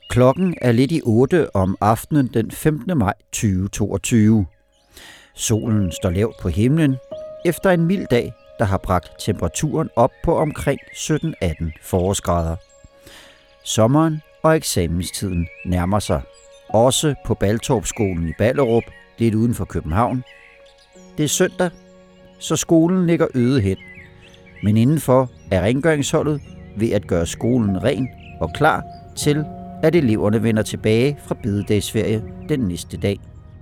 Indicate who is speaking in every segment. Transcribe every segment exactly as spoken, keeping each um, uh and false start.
Speaker 1: Klokken er lidt i otte om aftenen den femtende maj tyve toogtyve. Solen står lavt på himlen efter en mild dag, der har bragt temperaturen op på omkring sytten atten forårsgrader. Sommeren og eksamenstiden nærmer sig. Også på Baltorpskolen i Ballerup, lidt uden for København. Det er søndag, så skolen ligger øde hen. Men indenfor er rengøringsholdet ved at gøre skolen ren og klar til, at eleverne vender tilbage fra bededagsferie den næste dag.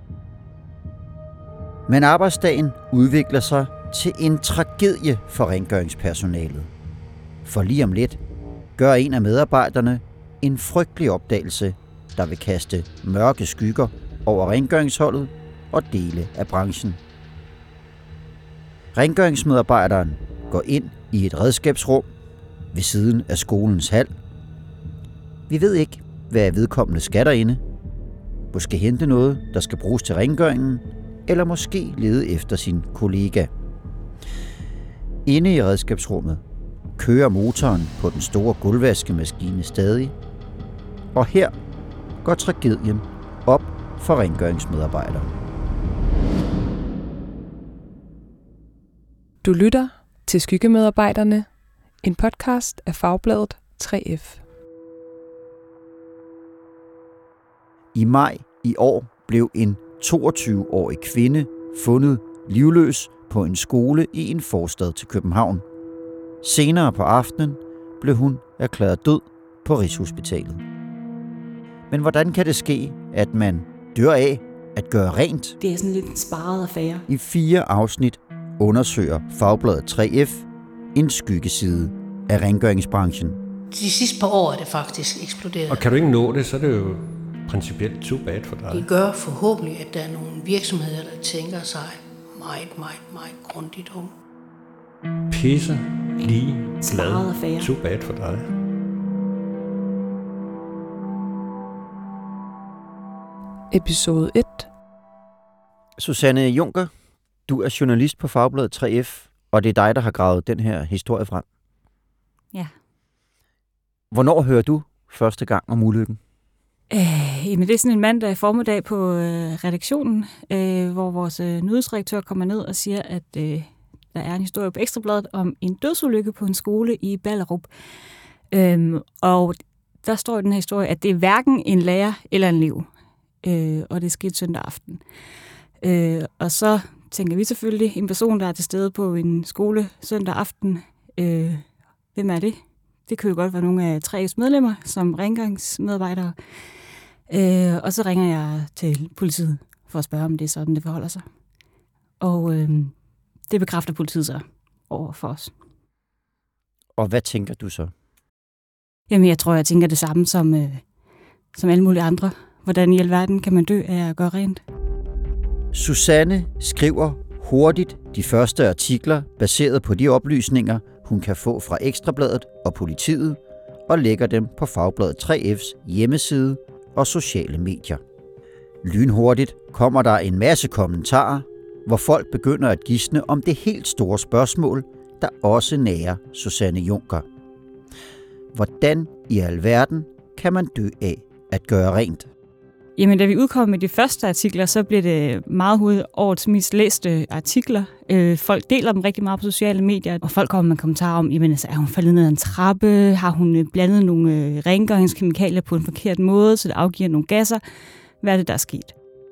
Speaker 1: Men arbejdsdagen udvikler sig til en tragedie for rengøringspersonalet. For lige om lidt gør en af medarbejderne en frygtelig opdagelse, der vil kaste mørke skygger over rengøringsholdet og dele af branchen. Rengøringsmedarbejderen går ind i et redskabsrum ved siden af skolens hal. Vi ved ikke, hvad vedkommende skal derinde. Måske hente noget, der skal bruges til rengøringen, eller måske lede efter sin kollega. Inde i redskabsrummet kører motoren på den store gulvvaskemaskine stadig, og her går tragedien op for rengøringsmedarbejdere.
Speaker 2: Du lytter til Skyggemedarbejderne, en podcast af fagbladet tre F.
Speaker 1: I maj i år blev en toogtyve-årig kvinde fundet livløs på en skole i en forstad til København. Senere på aftenen blev hun erklæret død på Rigshospitalet. Men hvordan kan det ske, at man dør af at gøre rent?
Speaker 3: Det er sådan lidt en sparet affære.
Speaker 1: I fire afsnit undersøger fagbladet tre F en skyggeside af rengøringsbranchen.
Speaker 4: De sidste par år er det faktisk eksploderet.
Speaker 5: Og kan du ikke nå det, så er det jo principielt too bad for dig.
Speaker 4: Det gør forhåbentlig, at der er nogle virksomheder, der tænker sig meget, meget, meget grundigt om.
Speaker 5: Pisse, lige,
Speaker 3: Sparet
Speaker 5: glad,
Speaker 3: affære.
Speaker 5: too bad for dig.
Speaker 2: Episode et.
Speaker 1: Susanne Juncker, du er journalist på fagbladet tre F, og det er dig, der har gravet den her historie frem.
Speaker 6: Ja.
Speaker 1: Hvornår hører du første gang om ulykken?
Speaker 6: Øh, jamen det er sådan en mandag formiddag på øh, redaktionen, øh, hvor vores øh, nyhedsredaktør kommer ned og siger, at øh, der er en historie på Ekstrabladet om en dødsulykke på en skole i Ballerup. Øhm, og der står i den her historie, at det er hverken en lærer eller en elev. Øh, og det skete søndag aften. Øh, og så tænker vi selvfølgelig, en person, der er til stede på en skole søndag aften, øh, hvem er det? Det kan jo godt være nogle af tre F's medlemmer som rengøringsmedarbejdere. Øh, og så ringer jeg til politiet for at spørge, om det er sådan, det forholder sig. Og øh, det bekræfter politiet så over for os.
Speaker 1: Og hvad tænker du så?
Speaker 6: Jamen, jeg tror, jeg tænker det samme som, øh, som alle mulige andre. Hvordan i alverden kan man dø af at gøre rent?
Speaker 1: Susanne skriver hurtigt de første artikler, baseret på de oplysninger, hun kan få fra Ekstrabladet og politiet, og lægger dem på fagbladet tre F's hjemmeside og sociale medier. Lynhurtigt kommer der en masse kommentarer, hvor folk begynder at gisne om det helt store spørgsmål, der også nærer Susanne Juncker. Hvordan i alverden kan man dø af at gøre rent?
Speaker 6: Jamen, da vi udkom med de første artikler, så blev det meget hurtigt årets mest læste artikler. Øh, folk deler dem rigtig meget på sociale medier, og folk kommer med kommentarer om, jamen, altså, er hun faldet ned ad en trappe? Har hun blandet nogle øh, rengøringskemikalier på en forkert måde, så det afgiver nogle gasser? Hvad er det, der er sket?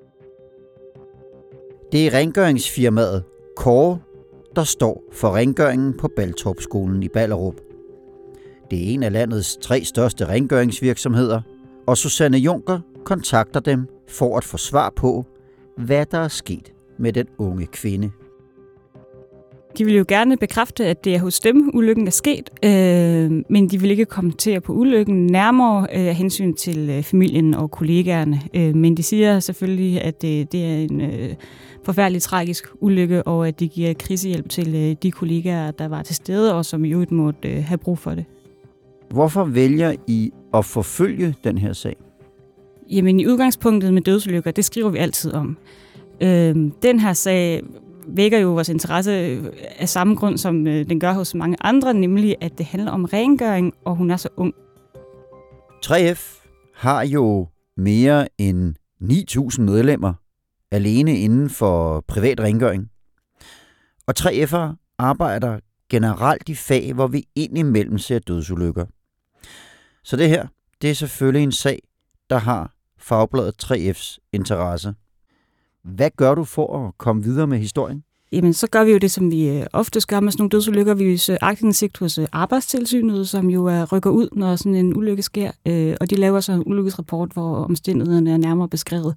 Speaker 1: Det er rengøringsfirmaet Kåre, der står for rengøringen på Baltorpskolen i Ballerup. Det er en af landets tre største rengøringsvirksomheder, og Susanne Juncker kontakter dem for at få svar på, hvad der er sket med den unge kvinde.
Speaker 6: De vil jo gerne bekræfte, at det er hos dem, ulykken er sket, øh, men de vil ikke kommentere på ulykken nærmere øh, af hensyn til øh, familien og kollegaerne. Øh, men de siger selvfølgelig, at det, det er en øh, forfærdelig tragisk ulykke, og at de giver krisehjælp til øh, de kollegaer, der var til stede, og som i øvrigt måtte øh, have brug for det.
Speaker 1: Hvorfor vælger I at forfølge den her sag?
Speaker 6: Jamen i udgangspunktet med dødsulykker, det skriver vi altid om. Øh, den her sag vækker jo vores interesse af samme grund, som øh, den gør hos mange andre, nemlig at det handler om rengøring, og hun er så ung.
Speaker 1: tre F har jo mere end ni tusind medlemmer alene inden for privat rengøring. Og tre F'ere arbejder generelt i fag, hvor vi indimellem ser dødsulykker. Så det her, det er selvfølgelig en sag, der har Fagbladet tre F's interesse. Hvad gør du for at komme videre med historien?
Speaker 6: Jamen, så gør vi jo det, som vi oftest gør med sådan nogle dødsulykker. Vi søger aktindsigt hos Arbejdstilsynet, som jo er rykker ud, når sådan en ulykke sker. Og de laver så en ulykkesrapport, hvor omstændighederne er nærmere beskrevet.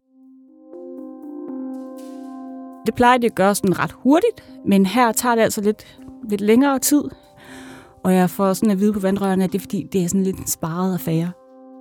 Speaker 6: Det plejer de at gøre sådan ret hurtigt, men her tager det altså lidt, lidt længere tid. Og jeg får sådan at vide på vandrørene, at det er fordi, det er sådan lidt en sparet affære.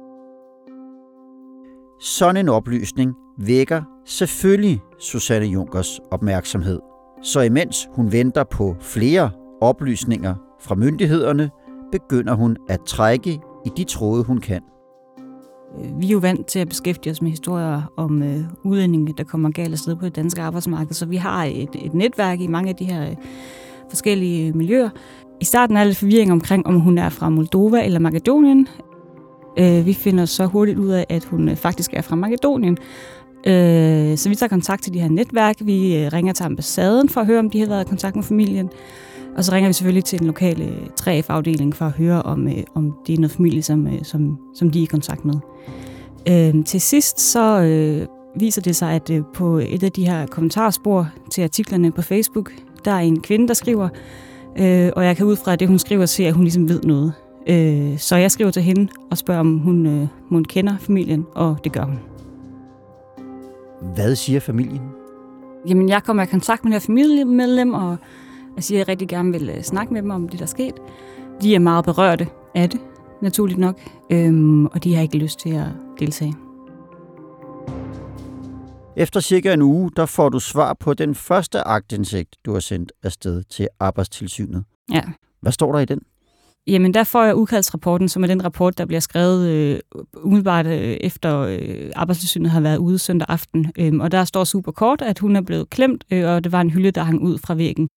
Speaker 1: Sådan en oplysning vækker selvfølgelig Susanne Junkers opmærksomhed. Så imens hun venter på flere oplysninger fra myndighederne, begynder hun at trække i de tråde, hun kan.
Speaker 6: Vi er jo vant til at beskæftige os med historier om øh, udlændinge, der kommer galt afsted på det danske arbejdsmarked, så vi har et, et netværk i mange af de her øh, forskellige miljøer. I starten er lidt forvirring omkring, om hun er fra Moldova eller Makedonien. Øh, vi finder så hurtigt ud af, at hun øh, faktisk er fra Makedonien. Øh, så vi tager kontakt til de her netværk. Vi øh, ringer til ambassaden for at høre, om de har været i kontakt med familien. Og så ringer vi selvfølgelig til den lokale tre F-afdeling for at høre, om, øh, om det er noget familie, som, øh, som, som de er i kontakt med. Øh, til sidst så øh, viser det sig, at øh, på et af de her kommentarspor til artiklerne på Facebook, der er en kvinde, der skriver, øh, og jeg kan ud fra det, hun skriver, se, at hun ligesom ved noget. Øh, så jeg skriver til hende og spørger, om hun, øh, hun kender familien, og det gør hun.
Speaker 1: Hvad siger familien?
Speaker 6: Jamen, jeg kommer i kontakt med det her familiemedlem, og jeg siger, at jeg rigtig gerne vil snakke med dem om det, der er sket. De er meget berørte af det, naturligt nok, øhm, og de har ikke lyst til at deltage.
Speaker 1: Efter cirka en uge, der får du svar på den første aktindsigt, du har sendt afsted til Arbejdstilsynet.
Speaker 6: Ja.
Speaker 1: Hvad står der i den?
Speaker 6: Jamen, der får jeg udkaldsrapporten, som er den rapport, der bliver skrevet øh, umiddelbart øh, efter øh, Arbejdstilsynet har været ude søndag aften. Øhm, og der står super kort, at hun er blevet klemt, øh, og det var en hylde, der hang ud fra væggen.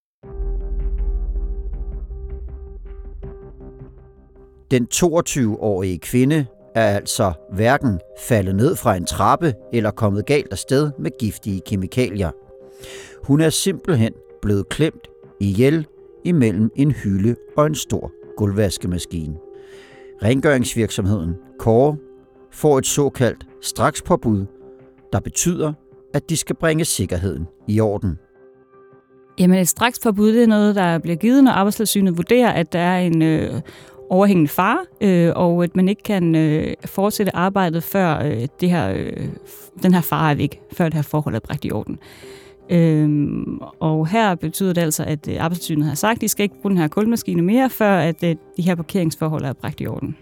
Speaker 1: Den toogtyve-årige kvinde er altså hverken faldet ned fra en trappe eller kommet galt afsted med giftige kemikalier. Hun er simpelthen blevet klemt ihjel imellem en hylde og en stor gulvvaskemaskine. Rengøringsvirksomheden Kåre får et såkaldt strakspåbud, der betyder, at de skal bringe sikkerheden i orden.
Speaker 6: Jamen, et strakspåbud, det er noget, der bliver givet, når Arbejdstilsynet vurderer, at der er en øh, overhængende fare, øh, og at man ikke kan øh, fortsætte arbejdet, før øh, det her, øh, den her fare er væk, før det her forhold er bragt i orden. Øhm, og her betyder det altså, at Arbejdstilsynet har sagt, at de skal ikke bruge den her kulmaskine mere, før at de her parkeringsforhold er bragt i orden.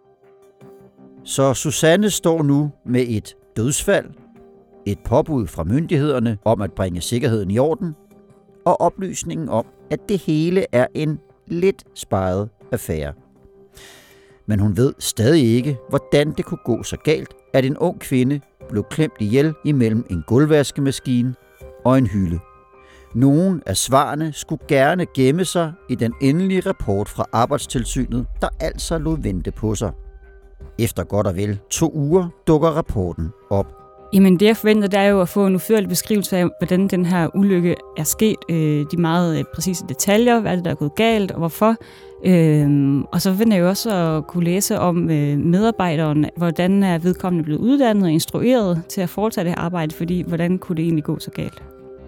Speaker 1: Så Susanne står nu med et dødsfald, et påbud fra myndighederne om at bringe sikkerheden i orden, og oplysningen om, at det hele er en lidt sparet affære. Men hun ved stadig ikke, hvordan det kunne gå så galt, at en ung kvinde blev klemt ihjel imellem en gulvvaskemaskine og en hylde. Nogle af svarene skulle gerne gemme sig i den endelige rapport fra Arbejdstilsynet, der altså lod vente på sig. Efter godt og vel to uger dukker rapporten op.
Speaker 6: Jamen det jeg forventer, det er jo at få en udførlig beskrivelse af, hvordan den her ulykke er sket. De meget præcise detaljer, hvad det der er gået galt og hvorfor. Og så forventer jeg jo også at kunne læse om medarbejderen, hvordan er vedkommende blevet uddannet og instrueret til at foretage det her arbejde, fordi hvordan kunne det egentlig gå så galt.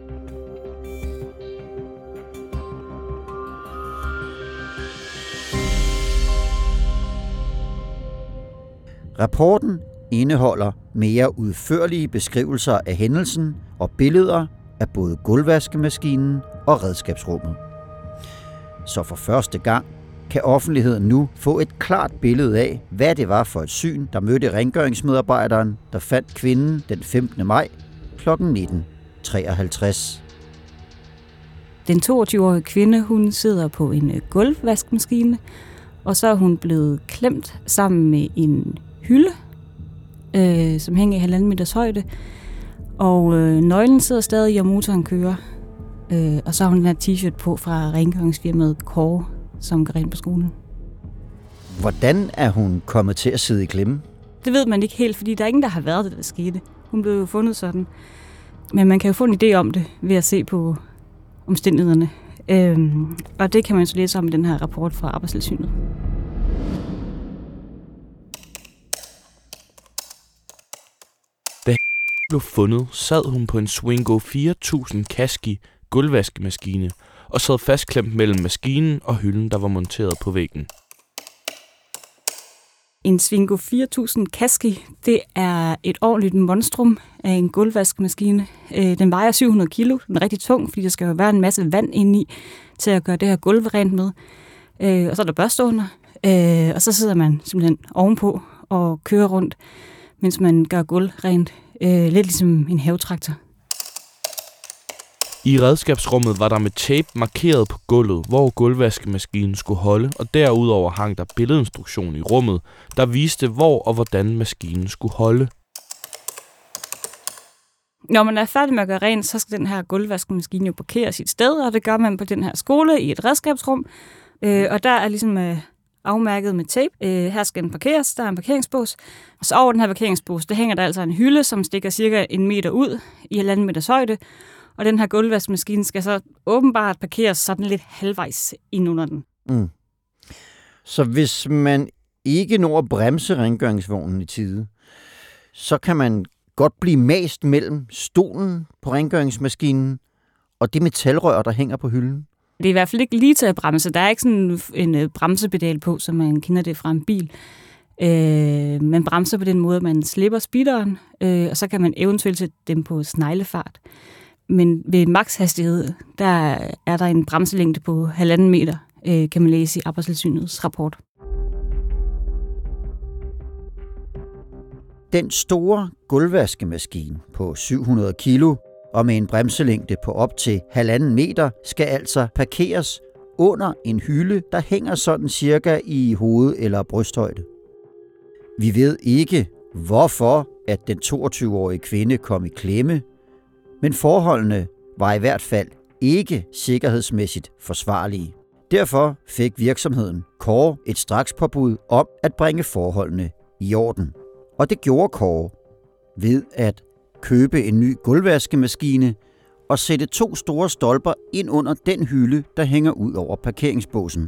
Speaker 1: Rapporten indeholder mere udførlige beskrivelser af hændelsen og billeder af både gulvvaskemaskinen og redskabsrummet. Så for første gang kan offentligheden nu få et klart billede af, hvad det var for et syn, der mødte rengøringsmedarbejderen, der fandt kvinden den femtende maj klokken nitten treoghalvtreds.
Speaker 6: Den toogtyve-årige kvinde, hun sidder på en gulvvaskemaskine, og så er hun blevet klemt sammen med en hylde, øh, som hænger i halvanden meters højde, og øh, nøglen sidder stadig i, og motoren kører. Øh, og så har hun den her t-shirt på fra rengøringsfirmaet Kåre, som går ind på skolen.
Speaker 1: Hvordan er hun kommet til at sidde i klemme?
Speaker 6: Det ved man ikke helt, fordi der er ingen, der har været det, der skete. Hun blev jo fundet sådan. Men man kan jo få en idé om det ved at se på omstændighederne. Øhm, og det kan man så læse om i den her rapport fra Arbejdstilsynet.
Speaker 3: Da blev fundet, sad hun på en Swingo fire tusind Kaski gulvvaskemaskine og sad fastklemt mellem maskinen og hylden, der var monteret på væggen.
Speaker 6: En Swingo fire tusind Kaski, det er et ordentligt monstrum af en gulvvaskemaskine. Den vejer syv hundrede kilo, den er rigtig tung, fordi der skal jo være en masse vand indeni til at gøre det her gulv rent med. Og så er der børste under, og så sidder man simpelthen ovenpå og kører rundt, mens man gør gulv rent. Lidt ligesom en havetraktor.
Speaker 3: I redskabsrummet var der med tape markeret på gulvet, hvor gulvvaskemaskinen skulle holde, og derudover hang der billedinstruktion i rummet, der viste, hvor og hvordan maskinen skulle holde.
Speaker 6: Når man er færdig med at gøre rent, så skal den her gulvvaskemaskine jo parkeres i et sted, og det gør man på den her skole i et redskabsrum. Øh, og der er ligesom øh, afmærket med tape. Øh, her skal den parkeres, der er en parkeringsbås. Og så over den her parkeringsbås, der hænger der altså en hylde, som stikker cirka en meter ud i halvanden meters højde. Og den her gulvvaskemaskine skal så åbenbart parkeres sådan lidt halvvejs ind under den.
Speaker 1: Mm. Så hvis man ikke når at bremse rengøringsvognen i tide, så kan man godt blive mast mellem stolen på rengøringsmaskinen og det metalrør, der hænger på hylden.
Speaker 6: Det er i hvert fald ikke lige til at bremse. Der er ikke sådan en bremsepedal på, som man kender det fra en bil. Øh, man bremser på den måde, at man slipper speederen, øh, og så kan man eventuelt sætte dem på sneglefart. Men ved makshastighed, der er der en bremselængde på halvanden meter, øh, kan man læse i Arbejdstilsynets rapport.
Speaker 1: Den store gulvvaskemaskine på syv hundrede kilo og med en bremselængde på op til halvanden meter skal altså parkeres under en hylde, der hænger sådan cirka i hoved- eller brysthøjde. Vi ved ikke, hvorfor at den toogtyve-årige kvinde kom i klemme, men forholdene var i hvert fald ikke sikkerhedsmæssigt forsvarlige. Derfor fik virksomheden Kåre et strakspåbud om at bringe forholdene i orden. Og det gjorde Kåre ved at købe en ny gulvvaskemaskine og sætte to store stolper ind under den hylde, der hænger ud over parkeringsbåsen.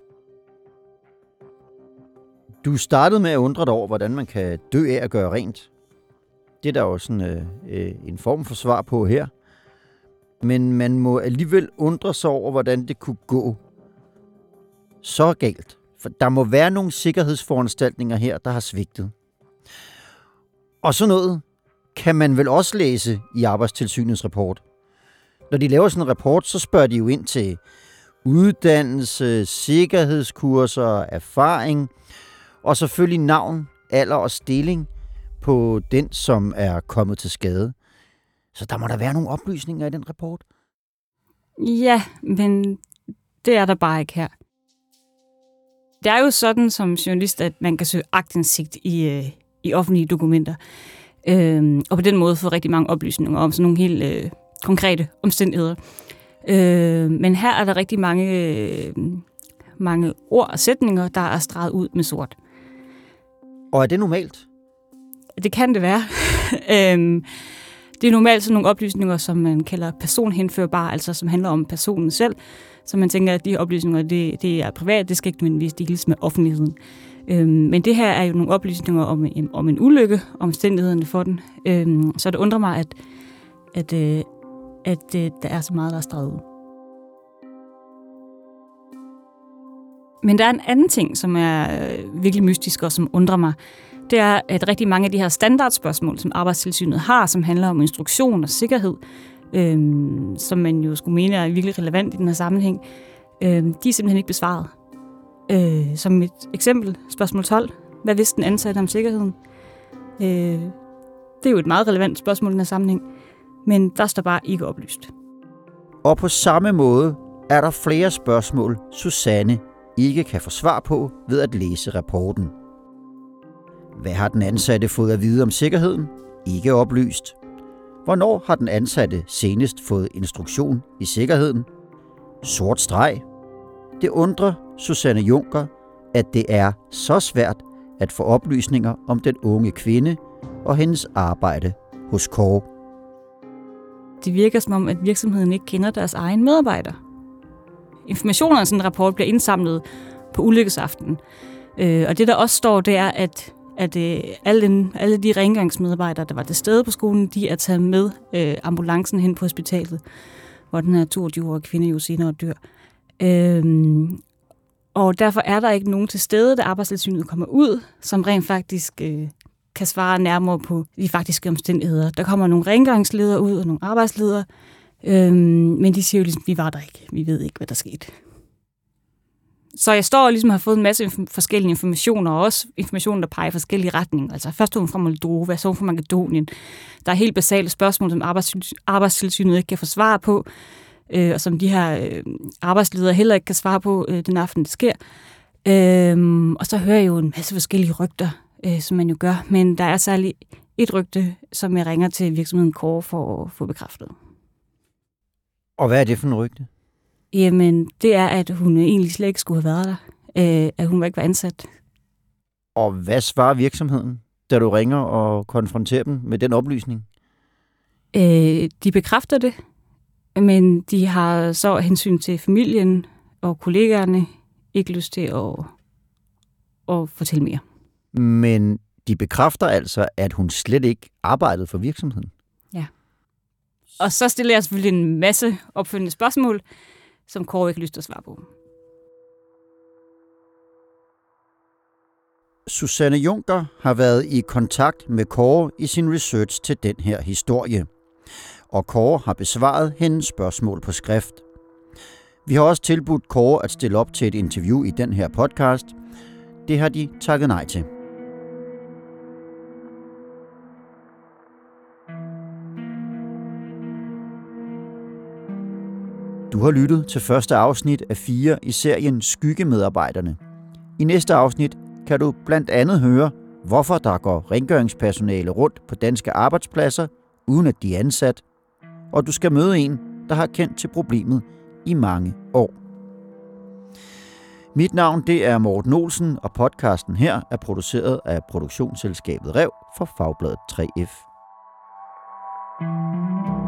Speaker 1: Du startede med at undre dig over, hvordan man kan dø af at gøre rent. Det er der jo sådan øh, en form for svar på her. Men man må alligevel undre sig over, hvordan det kunne gå så galt. For der må være nogle sikkerhedsforanstaltninger her, der har svigtet. Og sådan noget kan man vel også læse i Arbejdstilsynets rapport. Når de laver sådan en rapport, så spørger de jo ind til uddannelse, sikkerhedskurser, erfaring og selvfølgelig navn, alder og stilling på den, som er kommet til skade. Så der må der være nogle oplysninger i den rapport.
Speaker 6: Ja, men det er der bare ikke her. Det er jo sådan som journalist, at man kan søge aktindsigt i, øh, i offentlige dokumenter. Øh, og på den måde få rigtig mange oplysninger om sådan nogle helt øh, konkrete omstændigheder. Øh, men her er der rigtig mange, øh, mange ord og sætninger, der er streget ud med sort.
Speaker 1: Og er det normalt?
Speaker 6: Det kan det være. øhm, det er normalt sådan nogle oplysninger, som man kalder personhenførbare, altså som handler om personen selv. Så man tænker, at de oplysninger, det, det er privat, det skal ikke nødvendigvis deles med offentligheden. Øhm, men det her er jo nogle oplysninger om en, om en ulykke, omstændighederne for den. Øhm, så det undrer mig, at, at, øh, at øh, der er så meget, der er streget ud. Men der er en anden ting, som er øh, virkelig mystisk og som undrer mig. Det er, at rigtig mange af de her standardspørgsmål, som Arbejdstilsynet har, som handler om instruktion og sikkerhed, øhm, som man jo skulle mene er virkelig relevant i den her sammenhæng, øhm, de er simpelthen ikke besvaret. Øh, som et eksempel, spørgsmål tolv. Hvad vidste den ansatte om sikkerheden? Øh, det er jo et meget relevant spørgsmål i den her sammenhæng, men der står bare ikke oplyst.
Speaker 1: Og på samme måde er der flere spørgsmål, Susanne ikke kan få svar på ved at læse rapporten. Hvad har den ansatte fået at vide om sikkerheden? Ikke oplyst. Hvornår har den ansatte senest fået instruktion i sikkerheden? Sort streg. Det undrer Susanne Juncker, at det er så svært at få oplysninger om den unge kvinde og hendes arbejde hos Kåre.
Speaker 6: Det virker som om, at virksomheden ikke kender deres egen medarbejdere. Informationerne i sådan en rapport bliver indsamlet på ulykkesaften. Øh, og det, der også står, det er, at, at øh, alle, den, alle de rengøringsmedarbejdere, der var til stede på skolen, de er taget med øh, ambulancen hen på hospitalet, hvor den her toogtyve-årige kvinde jo senere dør. Øh, og derfor er der ikke nogen til stede, da Arbejdstilsynet kommer ud, som rent faktisk øh, kan svare nærmere på de faktiske omstændigheder. Der kommer nogle rengøringsledere ud og nogle arbejdsledere, øh, men de siger jo ligesom, vi var der ikke. Vi ved ikke, hvad der skete. Så jeg står og ligesom har fået en masse inf- forskellige informationer, og også informationer, der peger i forskellige retninger. Altså først var hun fra Moldova, så hun fra Makedonien. Der er helt basale spørgsmål, som arbejds- arbejdstilsynet ikke kan få svar på, øh, og som de her øh, arbejdsledere heller ikke kan svare på øh, den aften, det sker. Øh, og så hører jeg jo en masse forskellige rygter, øh, som man jo gør. Men der er særlig et rygte, som jeg ringer til virksomheden Kåre for at få bekræftet.
Speaker 1: Og hvad er det for en rygte?
Speaker 6: Jamen, det er, at hun egentlig slet ikke skulle have været der. Øh, at hun ikke var ansat.
Speaker 1: Og hvad svarer virksomheden, da du ringer og konfronterer dem med den oplysning?
Speaker 6: Øh, de bekræfter det, men de har så hensyn til familien og kollegaerne ikke lyst til at, at fortælle mere.
Speaker 1: Men de bekræfter altså, at hun slet ikke arbejdede for virksomheden?
Speaker 6: Ja. Og så stiller jeg selvfølgelig en masse opfølgende spørgsmål, som Kåre ikke har lyst til at svare på.
Speaker 1: Susanne Juncker har været i kontakt med Kåre i sin research til den her historie. Og Kåre har besvaret hendes spørgsmål på skrift. Vi har også tilbudt Kåre at stille op til et interview i den her podcast. Det har de takket nej til. Du har lyttet til første afsnit af fire i serien Skyggemedarbejderne. I næste afsnit kan du blandt andet høre, hvorfor der går rengøringspersonale rundt på danske arbejdspladser, uden at de er ansat, og du skal møde en, der har kendt til problemet i mange år. Mit navn det er Morten Olsen, og podcasten her er produceret af produktionsselskabet Rev for Fagbladet tre F.